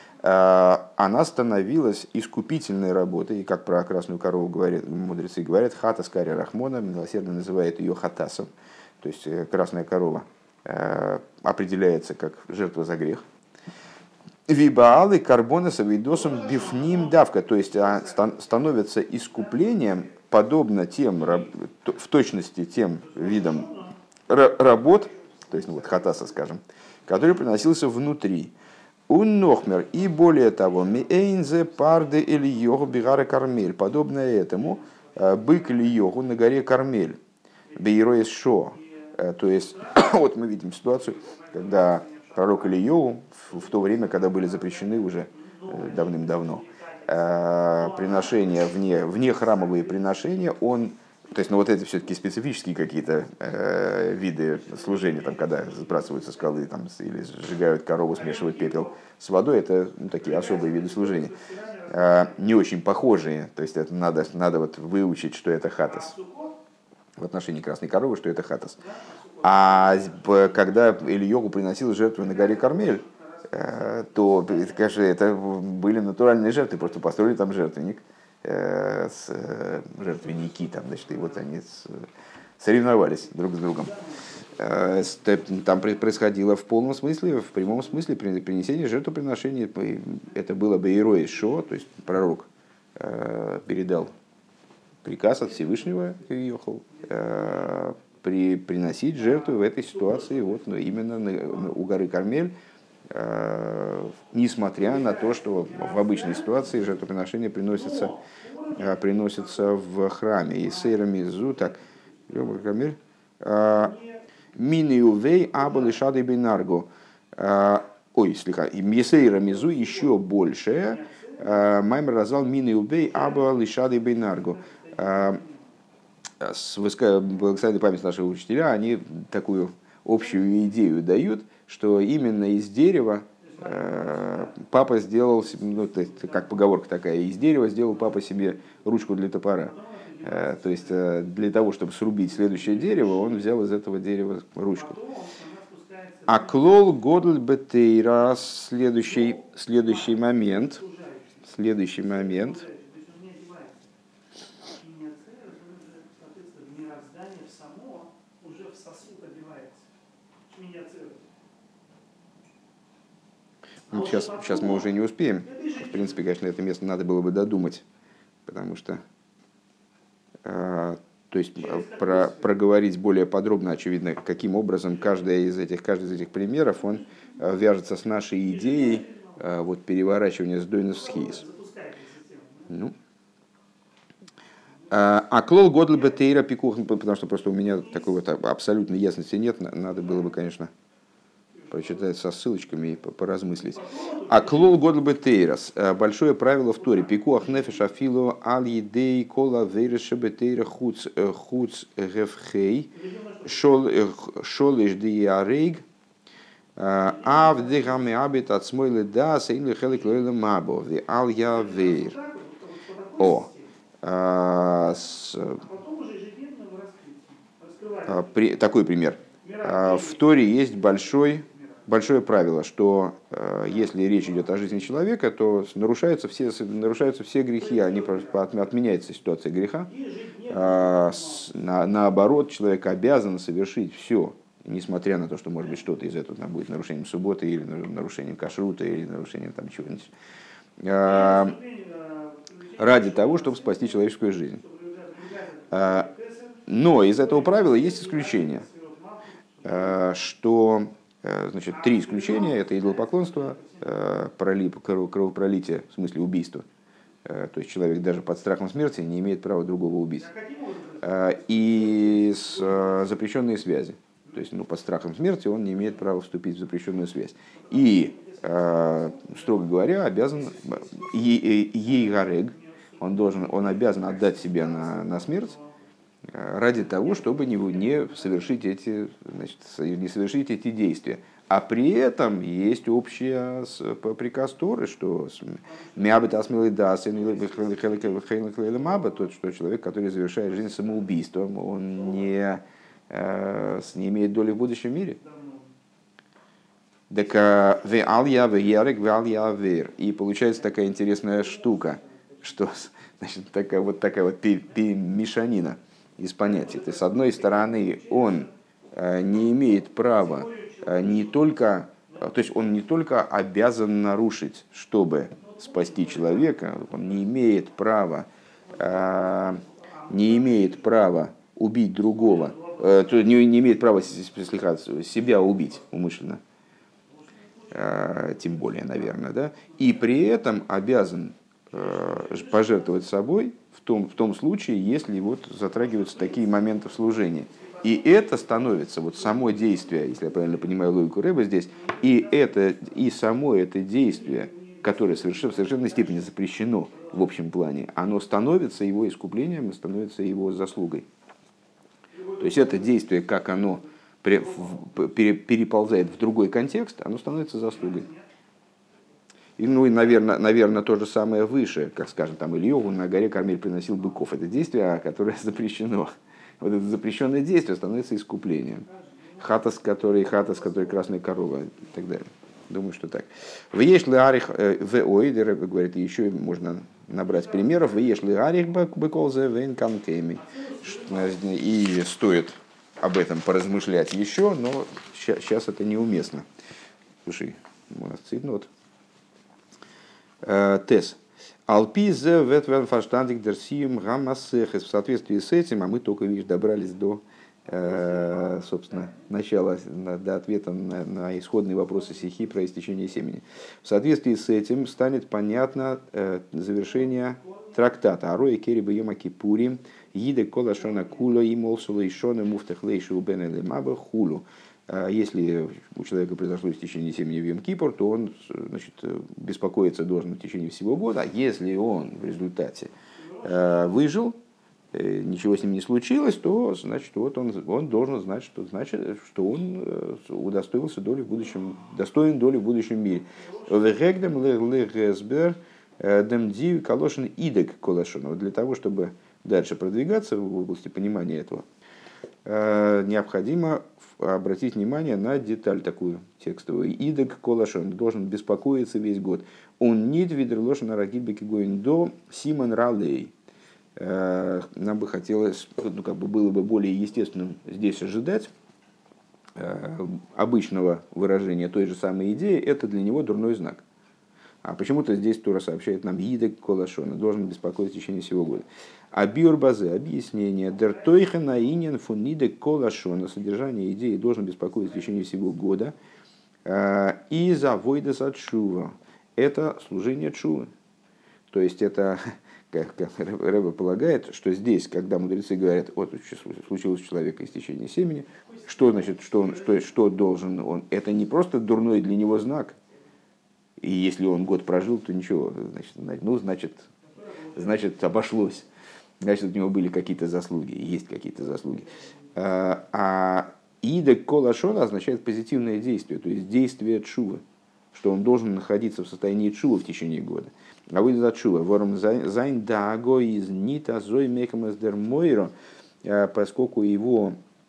она становилась искупительной работой, и как про красную корову говорят, мудрецы говорят, хата скари рахмона, милосердно называет ее хатасом, то есть красная корова определяется как жертва за грех. Вибаалы карбона с авидосом бифним давка, то есть становится искуплением, подобно тем, в точности тем видам работ, то есть ну, вот хатаса, скажем, который приносился внутри. Уннохмер, и более того, миэйнзе парды или йогу бигара Кармель, подобно этому бык или йогу на горе Кармель, бейроис шо, то есть вот мы видим ситуацию, когда пророк Илиёу, в то время, когда были запрещены уже давным-давно приношения, вне, вне храмовые приношения, он, то есть ну, вот это все-таки специфические какие-то э, виды служения, там, когда сбрасывают со скалы там, или сжигают корову, смешивают пепел с водой, это ну, такие особые виды служения, э, не очень похожие, то есть это надо, надо вот выучить, что это хатас. В отношении красной коровы, что это хатас. А когда Ильёгу приносил жертву на горе Кармель, то, конечно, это были натуральные жертвы, просто построили там жертвенник, с жертвенники, там, значит, и вот они соревновались друг с другом. Там происходило в полном смысле, в прямом смысле принесение жертвоприношения. Это было бы Бейроис Шо, то есть пророк передал приказ от Всевышнего Йохол при, приносить жертву в этой ситуации вот, ну, именно на, на, у горы Кармель, э, несмотря на то, что в обычной ситуации жертвоприношение приносится, э, приносится в храме. И сейра мизу, так, Кармель, миниувей абал ишады бинарго. Ой, слегка, и месейра мизу еще больше. Маймер раздал миниувей абал ишады бинарго. С благословенной память нашего учителя, они такую общую идею дают, что именно из дерева э, папа сделал, ну, то есть, как поговорка такая, из дерева сделал папа себе ручку для топора. Э, то есть э, для того, чтобы срубить следующее дерево, он взял из этого дерева ручку. А клол годль бетейра, следующий, следующий момент, следующий момент. Ну, сейчас, сейчас мы уже не успеем. В принципе, конечно, это место надо было бы додумать, потому что, э, то есть, про, проговорить более подробно, очевидно, каким образом каждая из этих, каждый из этих примеров, он э, вяжется с нашей идеей э, вот, переворачивания с дойнос в схиис. Ну. А клол годль бетейра пикух, потому что просто у меня такой вот абсолютной ясности нет, надо было бы, конечно, прочитать со ссылочками и поразмыслить. А клол годль бетейрас, большое правило в Торе, пикуах нефеш афило аль едей кола вейреша бетейра хуц хуц гефхей шолеш диарейг а в дегаме абит от смойлы да сейнли хелик лойлы мабо в аль я вейр. О, такой пример. В Торе есть большой большое правило, что э, если речь идет о жизни человека, то нарушаются все, нарушаются все грехи, они просто отменяется ситуация греха. А, с, на, наоборот, человек обязан совершить все, несмотря на то, что, может быть, что-то из этого там, будет нарушением субботы или нарушением кашрута или нарушением там, чего-нибудь, а, ради того, чтобы спасти человеческую жизнь. А, но из этого правила есть исключение, а, что значит, три исключения. Это идолопоклонство, кровопролитие, в смысле убийства. То есть человек даже под страхом смерти не имеет права другого убить. И запрещенные связи. То есть ну, под страхом смерти он не имеет права вступить в запрещенную связь. И, строго говоря, обязан ей гарег, он, должен, он обязан отдать себя на, на смерть ради того, чтобы не, не, совершить эти, значит, не совершить эти действия. А при этом есть общий приказ Торы, что тот, что человек, который завершает жизнь самоубийством, он не, не имеет доли в будущем мире. И получается такая интересная штука, что значит, такая вот такая вот мешанина из понятий. То есть, с одной стороны, он не имеет права не только, то есть он не только обязан нарушить, чтобы спасти человека, он не имеет права, не имеет права убить другого, то не, не имеет права себя убить умышленно, тем более, наверное, да, и при этом обязан пожертвовать собой в том, в том случае, если вот затрагиваются такие моменты в служении. И это становится, вот само действие, если я правильно понимаю логику Рэба здесь, и, это, и само это действие, которое совершенно, в совершенной степени запрещено в общем плане, оно становится его искуплением и становится его заслугой. То есть это действие, как оно переползает в другой контекст, оно становится заслугой. И, ну и, наверное, наверное, то же самое выше, как, скажем, там Ильёву на горе Кармель приносил быков. Это действие, которое запрещено. Вот это запрещенное действие становится искуплением. Хатас, который, хатас, который красная корова и так далее. Думаю, что так. В Ешли Арих в Ойдер, говорит, еще можно набрать примеров. В Ешли Арих быков за вейнканкеми. И стоит об этом поразмышлять еще, но сейчас это неуместно. Слушай, у нас цитнот. Тес. Алпизе ветвен фаштандик дерсием гаммасехес. В соответствии с этим, а мы только, видишь, добрались до, собственно, начала, до ответа на, на исходные вопросы сихи про истечение семени. В соответствии с этим станет понятно завершение трактата. Ароя кериба йома кипурим, йиде колашона куло и молсула ишона муфтах лейшу бен элемаба хулу. Если у человека произошло истечение семени в Йом-Кипур, то он, значит, беспокоиться должен в течение всего года. А если он в результате выжил, ничего с ним не случилось, то значит, вот он, он должен знать, что, значит, что он удостоился доли в будущем, достоин доли в будущем мире. Для того, чтобы дальше продвигаться в области понимания этого, необходимо обратить внимание на деталь такую текстовую. Идек колашон должен беспокоиться весь год. Он нит видерлошен рагильбеки гоин до симон ралей. Нам бы хотелось, ну, как бы было бы более естественным здесь ожидать обычного выражения той же самой идеи. Это для него дурной знак. А почему-то здесь Тора сообщает нам «Идек колашона», должен беспокоиться в течение всего года. А биурбазе, объяснение, «Дертойха наинен фун идек колашона», содержание идеи должен беспокоиться в течение всего года. И завойдес от шува. Это служение шувы. То есть это, как, как Рэбе полагает, что здесь, когда мудрецы говорят, вот случилось у человека истечение семени, что значит, что, он, что, что должен он? Это не просто дурной для него знак. И если он год прожил, то ничего, значит, ну, значит, значит, обошлось. Значит, у него были какие-то заслуги, есть какие-то заслуги. А идек колашона означает позитивное действие, то есть действие тшувы, что он должен находиться в состоянии тшувы в течение года. А вы за тшува, вором зайн даго из нита зой мехамас дер мойро, поскольку его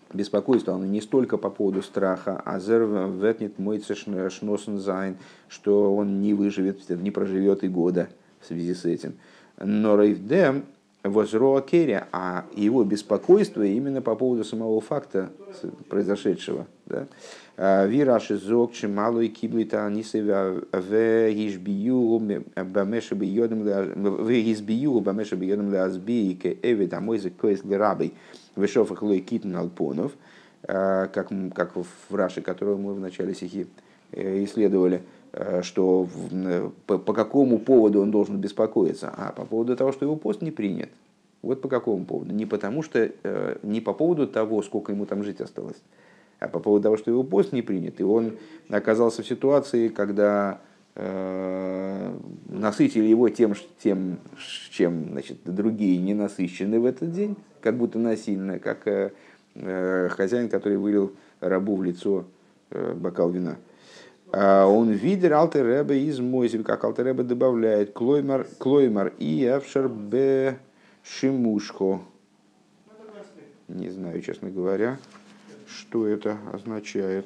беспокойство, оно не столько по поводу страха, а зер ветнет мойце шносен зайн, что он не выживет, не проживет и года в связи с этим. Но рейвдем возроа керри, а его беспокойство именно по поводу самого факта произошедшего. Да? Вираши зок чималой киблита анисева в гизбию бамеши бьёдем в гизбию бамеши бьёдем лазби к эвид амойзе коис грабей вышов их лой китн алпонов, как как в Раши, которую мы в начале стихи исследовали, что по, по какому поводу он должен беспокоиться, а по поводу того, что его пост не принят. Вот по какому поводу. Не потому что не по поводу того, сколько ему там жить осталось, а по поводу того, что его пост не принят, и он оказался в ситуации, когда э, насытили его тем, тем, чем, значит, другие не насыщены в этот день, как будто насильно, как э, э, хозяин, который вылил рабу в лицо э, бокал вина. А он видер алтер ребе из Мойзев, как алтер ребе добавляет клоймар, клоймар и авшер бе шимушко. Не знаю, честно говоря, что это означает.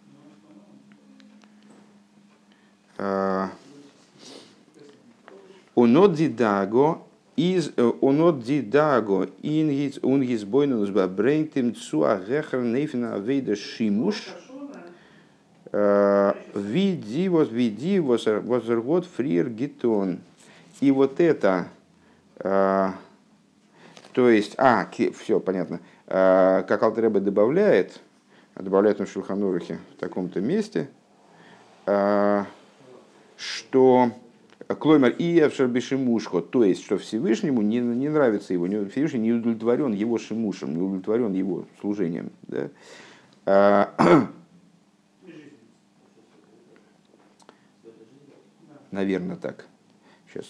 Онот дидаго из онот дидаго ингиз унгиз бойнус бабрейтим цуа гехер нейфина вейда шимуш види вот види возергот фриер гитон. И вот это, то есть, а, все понятно. Как алтер ребе добавляет, добавляет на Шулхан Арухе в таком-то месте, что клоймер и авшербишимушко, то есть, что Всевышнему не, не нравится его, Всевышний не удовлетворен его шимушем, не удовлетворен его служением. Да? Наверное, так. Сейчас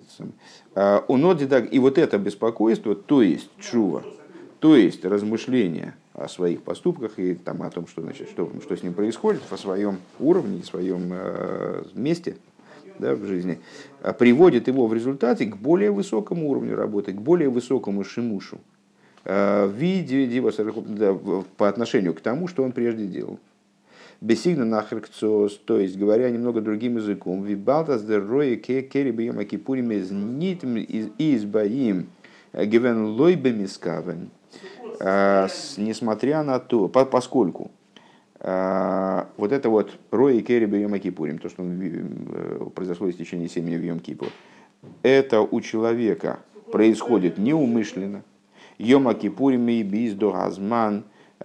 и вот это беспокойство, то есть чува, то есть размышления о своих поступках и там, о том, что, значит, что, что с ним происходит, о своем уровне, в своем э, месте, да, в жизни, приводит его в результате к более высокому уровню работы, к более высокому шимушу э, в виде по отношению к тому, что он прежде делал. Бессигна нахркцос, то есть, говоря немного другим языком, вибалтас деррои керри бьем акипурим из нитм из боим гивен лойбами скавен. Несмотря на то, поскольку вот это вот рои керри бьем акипурим, то, что произошло в течение семени в Йом Кипур, это у человека происходит неумышленно. Йом акипурим и биз до газман.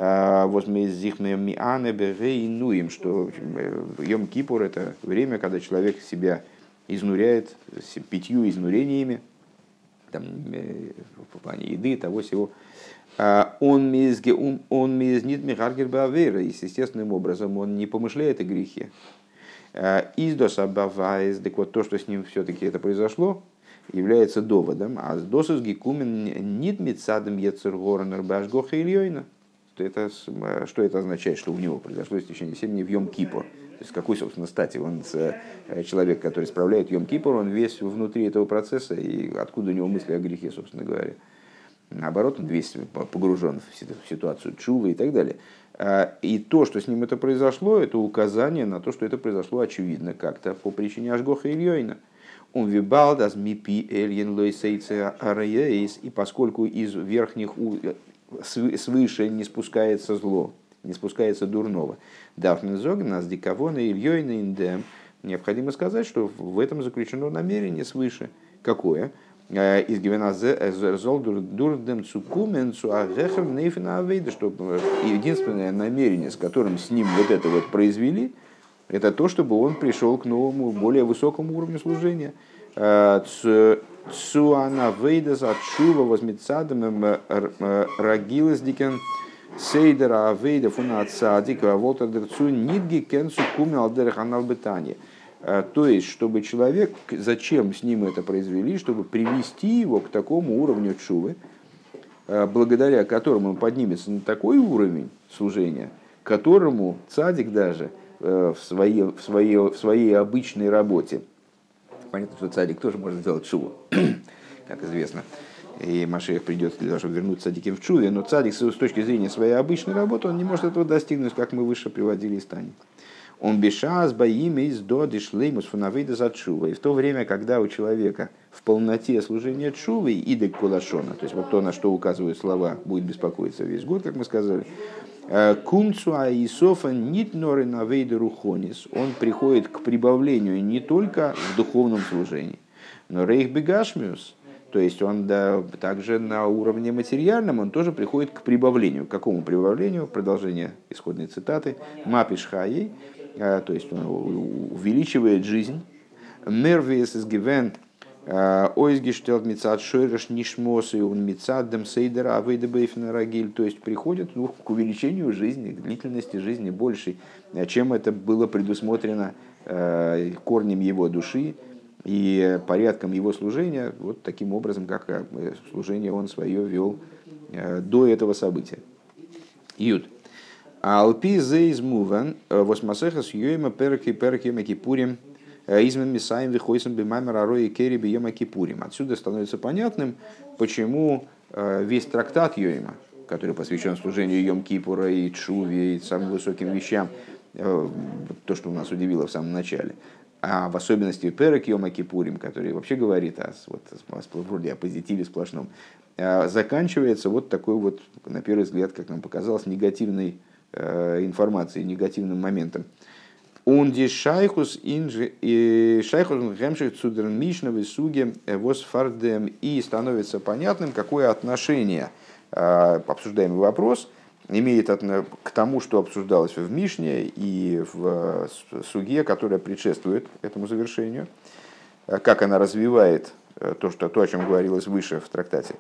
Возмездихмемианеберейнуем, что Йом Кипур — это время, когда человек себя изнуряет пятью изнурениями, там, в плане еды, того всего. Он мизнит михаргер бавера, и естественным образом он не помышляет о грехе. Издос абавайз, так вот то, что с ним все-таки это произошло, является доводом. А с досус гекумен нит митсадом ецергорнер башгоха ильёйна. Это, что это означает, что у него произошло в течение семени в Йом Кипур? То есть, какой, собственно, стати он человек, который справляет Йом Кипур, он весь внутри этого процесса, и откуда у него мысли о грехе, собственно говоря. Наоборот, он весь погружен в ситуацию чувы и так далее. И то, что с ним это произошло, это указание на то, что это произошло очевидно как-то по причине Ашгоха Ильёйна. Он вибалдас мипи эльен лойсейце араейс, и поскольку из верхних свыше не спускается зло, не спускается дурного. Необходимо сказать, что в этом заключено намерение свыше. Какое? Что единственное намерение, с которым с ним вот это вот произвели, это то, чтобы он пришел к новому, более высокому уровню служения. Цуана вейдас отшува возмецадом рагиласдикен сейдера авейда фуна отсадика волтадерцу нидги кенцу кумел дерханал бетани. То есть, чтобы человек, зачем с ним это произвели, чтобы привести его к такому уровню чувы, благодаря которому он поднимется на такой уровень служения, которому цадик даже в своей, в своей, в своей обычной работе. Понятно, что цадик тоже может сделать шуву, как известно. и Машиах придет для того, чтобы вернуть цадиким в чуве, но цадик с точки зрения своей обычной работы, он не может этого достигнуть, как мы выше приводили из Тани. Он бешас боими из до дишлеймус фунавейда за чува. И в то время, когда у человека в полноте служения чувы и дек кулашона, то есть вот то, на что указывают слова, будет беспокоиться весь год, как мы сказали, кумцу аисофа нит норы навейда рухонис, он приходит к прибавлению не только в духовном служении, но рейх бегашмиус, то есть он да, также на уровне материальном, он тоже приходит к прибавлению. К какому прибавлению? Продолжение исходной цитаты. Мапиш хаей, то есть он увеличивает жизнь. Мервиес из гивен ойсгештелт мицад шойреш нишмос и он мицад дем сейдера авейда бейфена рагиль, то есть приходит ну, к увеличению жизни, к длительности жизни большей, чем это было предусмотрено корнем его души и порядком его служения, вот таким образом, как служение он свое вел до этого события. Юд. Алпи зейз муван восмасехас юэма перки перки макипурим измен мисаем вихойсом бимаймер арои керри биема кипурим. Отсюда становится понятным, почему весь трактат Йоима, который посвящен служению Йом-Кипура и Чуве, и самым высоким вещам, то, что нас удивило в самом начале, а в особенности Перек Йома Кипурим, который вообще говорит о, вот, вроде о позитиве сплошном, заканчивается вот такой вот, на первый взгляд, как нам показалось, негативной информацией, негативным моментом. Он ди шайхус инжи и шайхус гемших цудерн мишновой суге восфардем, и становится понятным, какое отношение обсуждаемый вопрос имеет к тому, что обсуждалось в Мишне и в суге, которая предшествует этому завершению, как она развивает то, что, то о чем говорилось выше в трактате.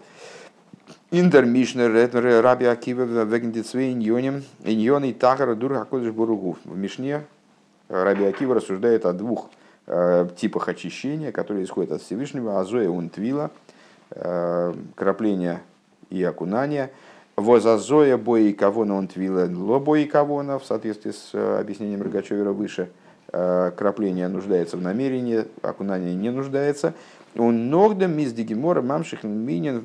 Индер Мишнер Раби Акива вегендицвей иньоним иньони тахара дур хакодыш буругу. В Мишне Раби Акива рассуждает о двух э, типах очищения, которые исходят от Всевышнего: азоя унтвила, э, крапление и окунание, возазоя бои кавона унтвила ло бои кавона, в соответствии с э, объяснением Рогачевера выше, э, крапление нуждается в намерении, окунание не нуждается. Он ногдам из дигимора мамших минин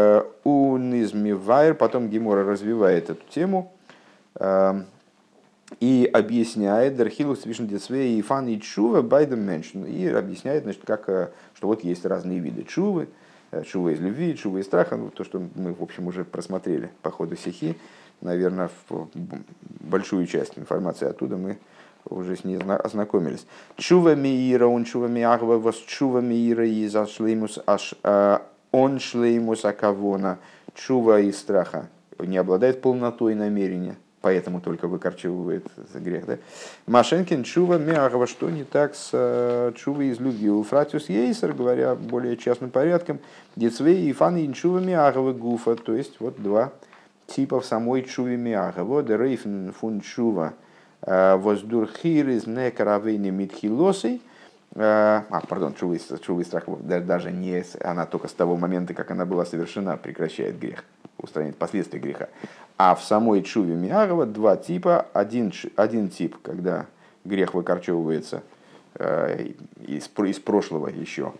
унизмивайр. Потом Гемора развивает эту тему э, и объясняет Дархилу Свишн Децвей и Фан и Чува Байдем Меншн, и объясняет, значит, как, что вот есть разные виды чувы, чува из любви, чува из страха, ну, то, что мы, в общем, уже просмотрели по ходу сихи, наверное, в большую часть информации оттуда мы уже с ней ознакомились. Чува миира, он чува миагва, вас чува миира из ашлеймус аш он шлеймус акавона, чува из страха не обладает полнотой намерения, поэтому только выкорчевывает грех. Да? Машенкин чува миагва, что не так с чувой из любви. У фратиус ейсер, говоря более частным порядком, децвей и фан и чува миагва гуфа, то есть вот два типа в самой чуве миагва. Дерейфен фун чува воздурхир из некаравейни митхилосой. А, пардон, чува из страха, даже не, она только с того момента, как она была совершена, прекращает грех, устраняет последствия греха. А в самой чуве миагва два типа. Один, один тип, когда грех выкорчевывается э, из, из прошлого еще.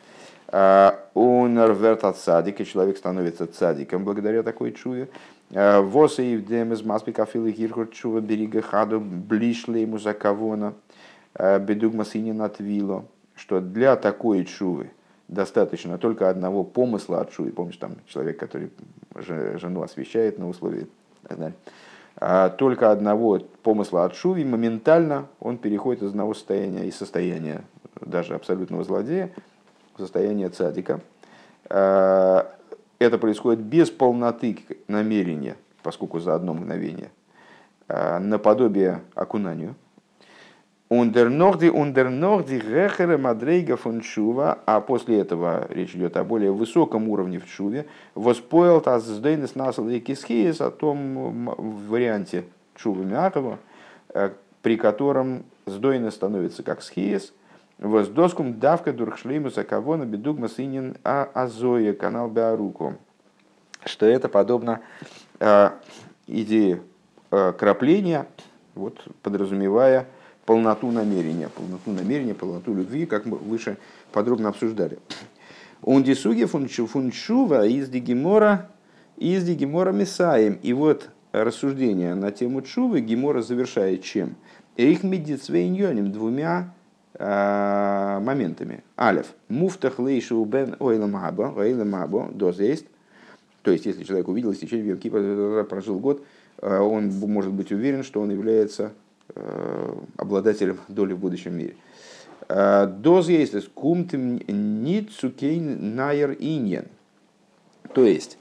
Он рвет от цадика, человек становится цадиком благодаря такой чуве. Воса и вдем из маспика филы гирхур чува берега хаду блишле ему за кавона бедугма синина твило, что для такой чувы достаточно только одного помысла от чувы. Помнишь, там человек, который жену освещает на условии, только одного помысла от чувы, моментально он переходит из одного состояния, из состояния даже абсолютного злодея в состояние цадика. Это происходит без полноты намерения, поскольку за одно мгновение, наподобие окунанию. Ундернорди, ундернорди, гехера, мадрейга фон чува, а после этого речь идет о более высоком уровне в чуве. Воспоил таз сдейнес насал и кисхиес, о том варианте чувы мягкого, при котором сдойнес становится как схиес. Воздоскум давка дурхшлеймуса кавона бедугма синин а азоя канал беаруку. Что это подобно э, идее э, крапления, вот, подразумевая полноту намерения, полноту намерения, полноту любви, как мы выше подробно обсуждали. Он дисуги фунчува из дигимора из дигимора Месаем. И вот рассуждение на тему чувы Гемора завершает чем? Их медицвейньоним двумя э, моментами. Алеф. Муфтах лейшу бен ойламабо, ойламабо, доз есть. То есть, если человек увидел истечение в Йом Кипур, прожил год, он может быть уверен, что он является э, обладателем доли в будущем мире. Доз есть кумтим нит цукейн найер иньен. То есть,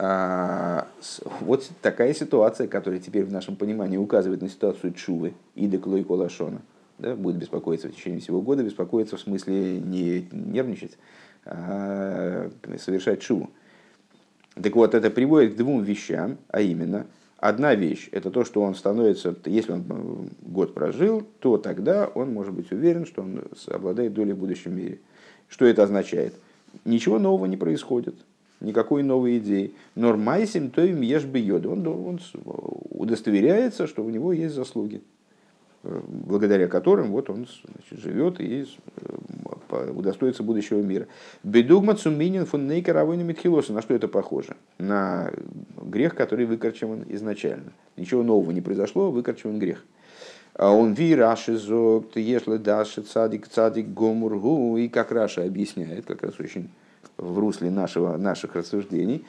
вот такая ситуация, которая теперь в нашем понимании указывает на ситуацию чувы, иды клой колашона, да, будет беспокоиться в течение всего года, беспокоиться в смысле не нервничать, а совершать чуву. Так вот, это приводит к двум вещам, а именно, одна вещь, это то, что он становится, если он год прожил, то тогда он может быть уверен, что он обладает долей в будущем мире. Что это означает? Ничего нового не происходит. Никакой новой идеи. Нормайсим то им ешь бы йода. Он, он удостоверяется, что у него есть заслуги, благодаря которым вот он, значит, живет и удостоится будущего мира. Бедугма цуминин фон нейкер авойна митхилоса. На что это похоже? На грех, который выкорчеван изначально. Ничего нового не произошло, выкорчеван грех. А он ви Раши зогт, если даши цадик цадик гомургу. И как Раша объясняет, как раз очень в русле нашего, наших рассуждений,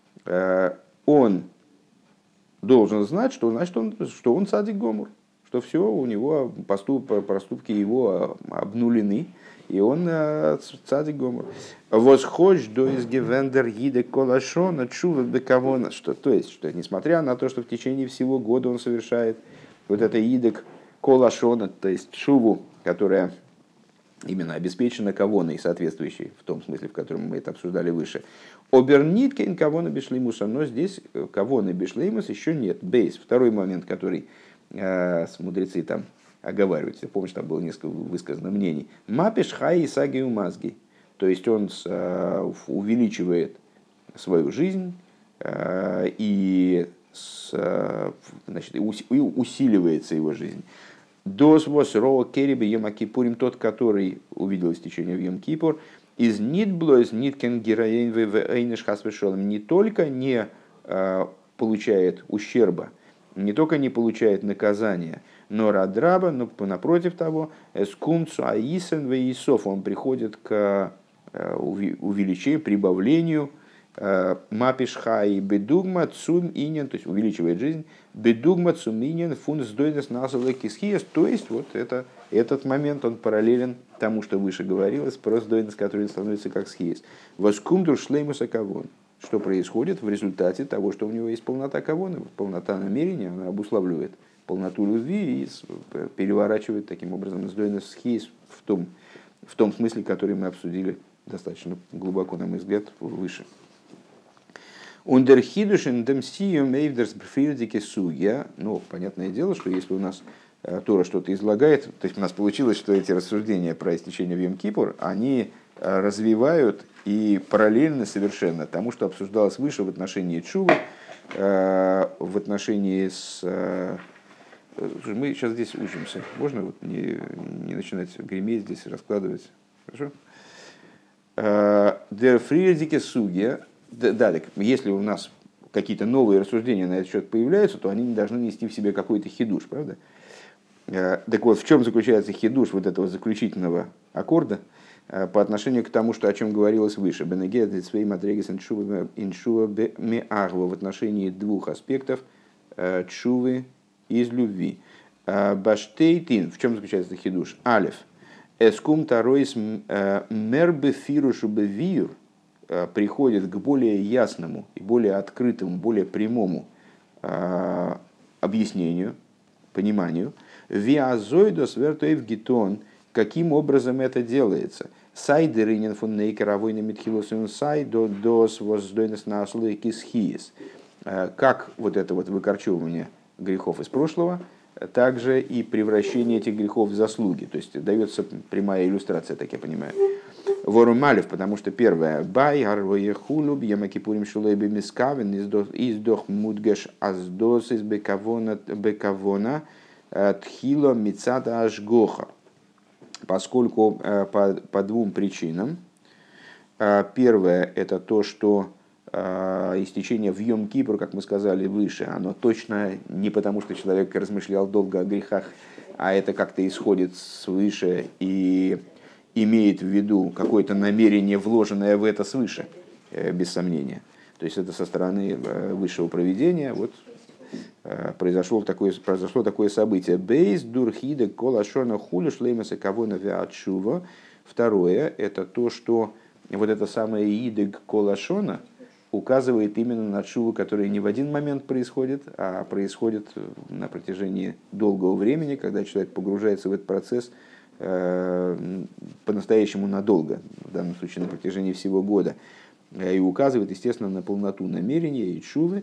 он должен знать, что значит он, что он цадик гомур, что все у него поступ, проступки его обнулены, и он цадик гомур. Восхож до изгевендер гиде колашона чува бекавона, что то есть, что несмотря на то, что в течение всего года он совершает вот это идек колашона, то есть чуву, которая именно обеспечена кавоной, соответствующей в том смысле, в котором мы это обсуждали выше. Оберниткин кавона бишлеймуса, но здесь кавона бишлеймус еще нет. Бейс, второй момент, который э, мудрецы там оговаривают. Я помню, там было несколько высказано мнений. Мапиш хай и саги умазги. То есть он э, увеличивает свою жизнь э, и с, э, значит, усиливается его жизнь. Дос вос роа кериби Йом Кипурим, тот, который увидел истечение в Йом Кипур, из нитблойс ниткен героин в эйнеш хасвешолом, не только не э, получает ущерба, не только не получает наказания, но радраба, но напротив того, эскумцу аисен веисов, он приходит к э, увеличению, прибавлению мапишха и бедугма цум инин, то есть увеличивает жизнь, бедугма цум инин фунс дойнес насалэ кисхиес, то есть вот это, этот момент, он параллелен тому, что выше говорилось, просто дойнес, который становится как схиес. Воскумдур шлеймуса кавон. Что происходит в результате того, что у него есть полнота кавона, полнота намерения, она обуславливает полноту любви и переворачивает таким образом дойнес схиес в том, в том смысле, который мы обсудили достаточно глубоко, на мой взгляд, выше. Ундерхидушен демсием эйвдерс бфирдике суя. Ну, понятное дело, что если у нас Тора что-то излагает, то есть у нас получилось, что эти рассуждения про истечение в Йом Кипур, они развивают и параллельно совершенно тому, что обсуждалось выше в отношении чувы, в отношении с... Мы сейчас здесь учимся. Можно вот не, не начинать греметь здесь, раскладывать? Хорошо? Der Friedrike Суге. Да, так, если у нас какие-то новые рассуждения на этот счет появляются, то они не должны нести в себе какой-то хидуш, правда? Так вот, в чем заключается хидуш вот этого заключительного аккорда по отношению к тому, что, о чем говорилось выше, в отношении двух аспектов чувы из любви. Баштейтин, в чем заключается хидуш? Алеф. Эскум таройс мербе фирушу бевиюр, приходит к более ясному и более открытому, более прямому э, объяснению, пониманию. Виазойдос вертоев гитон, каким образом это делается. Сайдеринен фон нейкер авойна митхилосун сай до дос воздойнес на аслойки схиес. Как вот это вот выкорчевывание грехов из прошлого, также и превращение этих грехов в заслуги. То есть дается прямая иллюстрация, так я понимаю. Ворумалев, потому что первое, бай арвое хулуб ямакипурим шулейби мискавен издох мудгеш аздос из бекавона бекавона тхило мицата ашгоха, поскольку по, по двум причинам, Первое – это то, что истечение в Йом-Кипур, как мы сказали выше, оно точно не потому, что человек размышлял долго о грехах, а это как-то исходит свыше и имеет в виду какое-то намерение, вложенное в это свыше, без сомнения. То есть это со стороны высшего провидения. Вот произошло такое, произошло такое событие. Бейс дурхида колашона хуля шлеймаса кавона виатшува. Второе – это то, что вот это самое идег колашона указывает именно на шуву, которая не в один момент происходит, а происходит на протяжении долгого времени, когда человек погружается в этот процесс э, по-настоящему надолго, в данном случае на протяжении всего года, и указывает, естественно, на полноту намерения и шувы,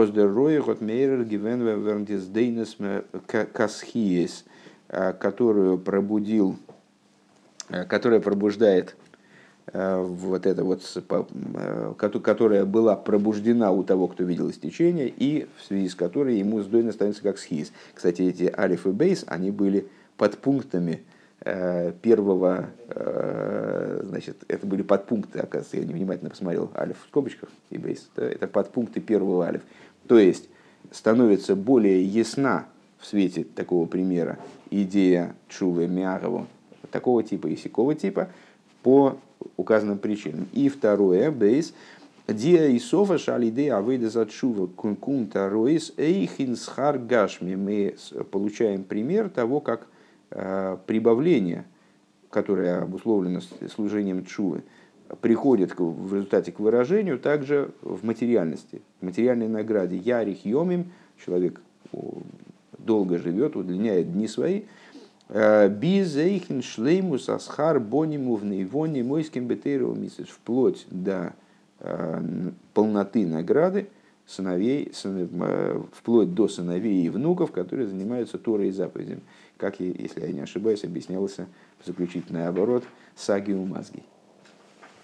которую пробудил, которая пробуждает вот это вот, которая была пробуждена у того, кто видел истечение, и в связи с которой ему сдойно становится как схиз. Кстати, эти алиф и бейс, они были подпунктами первого, значит, это были подпункты, оказывается, я невнимательно посмотрел, алиф в скобочках и бейс, это подпункты первого алиф. То есть становится более ясна в свете такого примера идея Тшувы Миарову такого типа и сякого типа по указанным причинам. И второе, бейс, диа и софа шалиде авейда зачува кункунта роис эйхин схар гашми. Мы получаем пример того, как э, прибавление, которое обусловлено служением тшувы, приходит в результате к выражению также в материальности, в материальной награде. Ярих йомим, человек долго живет, удлиняет дни свои. Бизейхин шлеймус асхар бониму в нейвоне мойским бетеру мисс, вплоть до полноты награды сыновей, вплоть до сыновей и внуков, которые занимаются Торой и заповедями. Как, если я не ошибаюсь, объяснялся в заключительный оборот саги Умазги.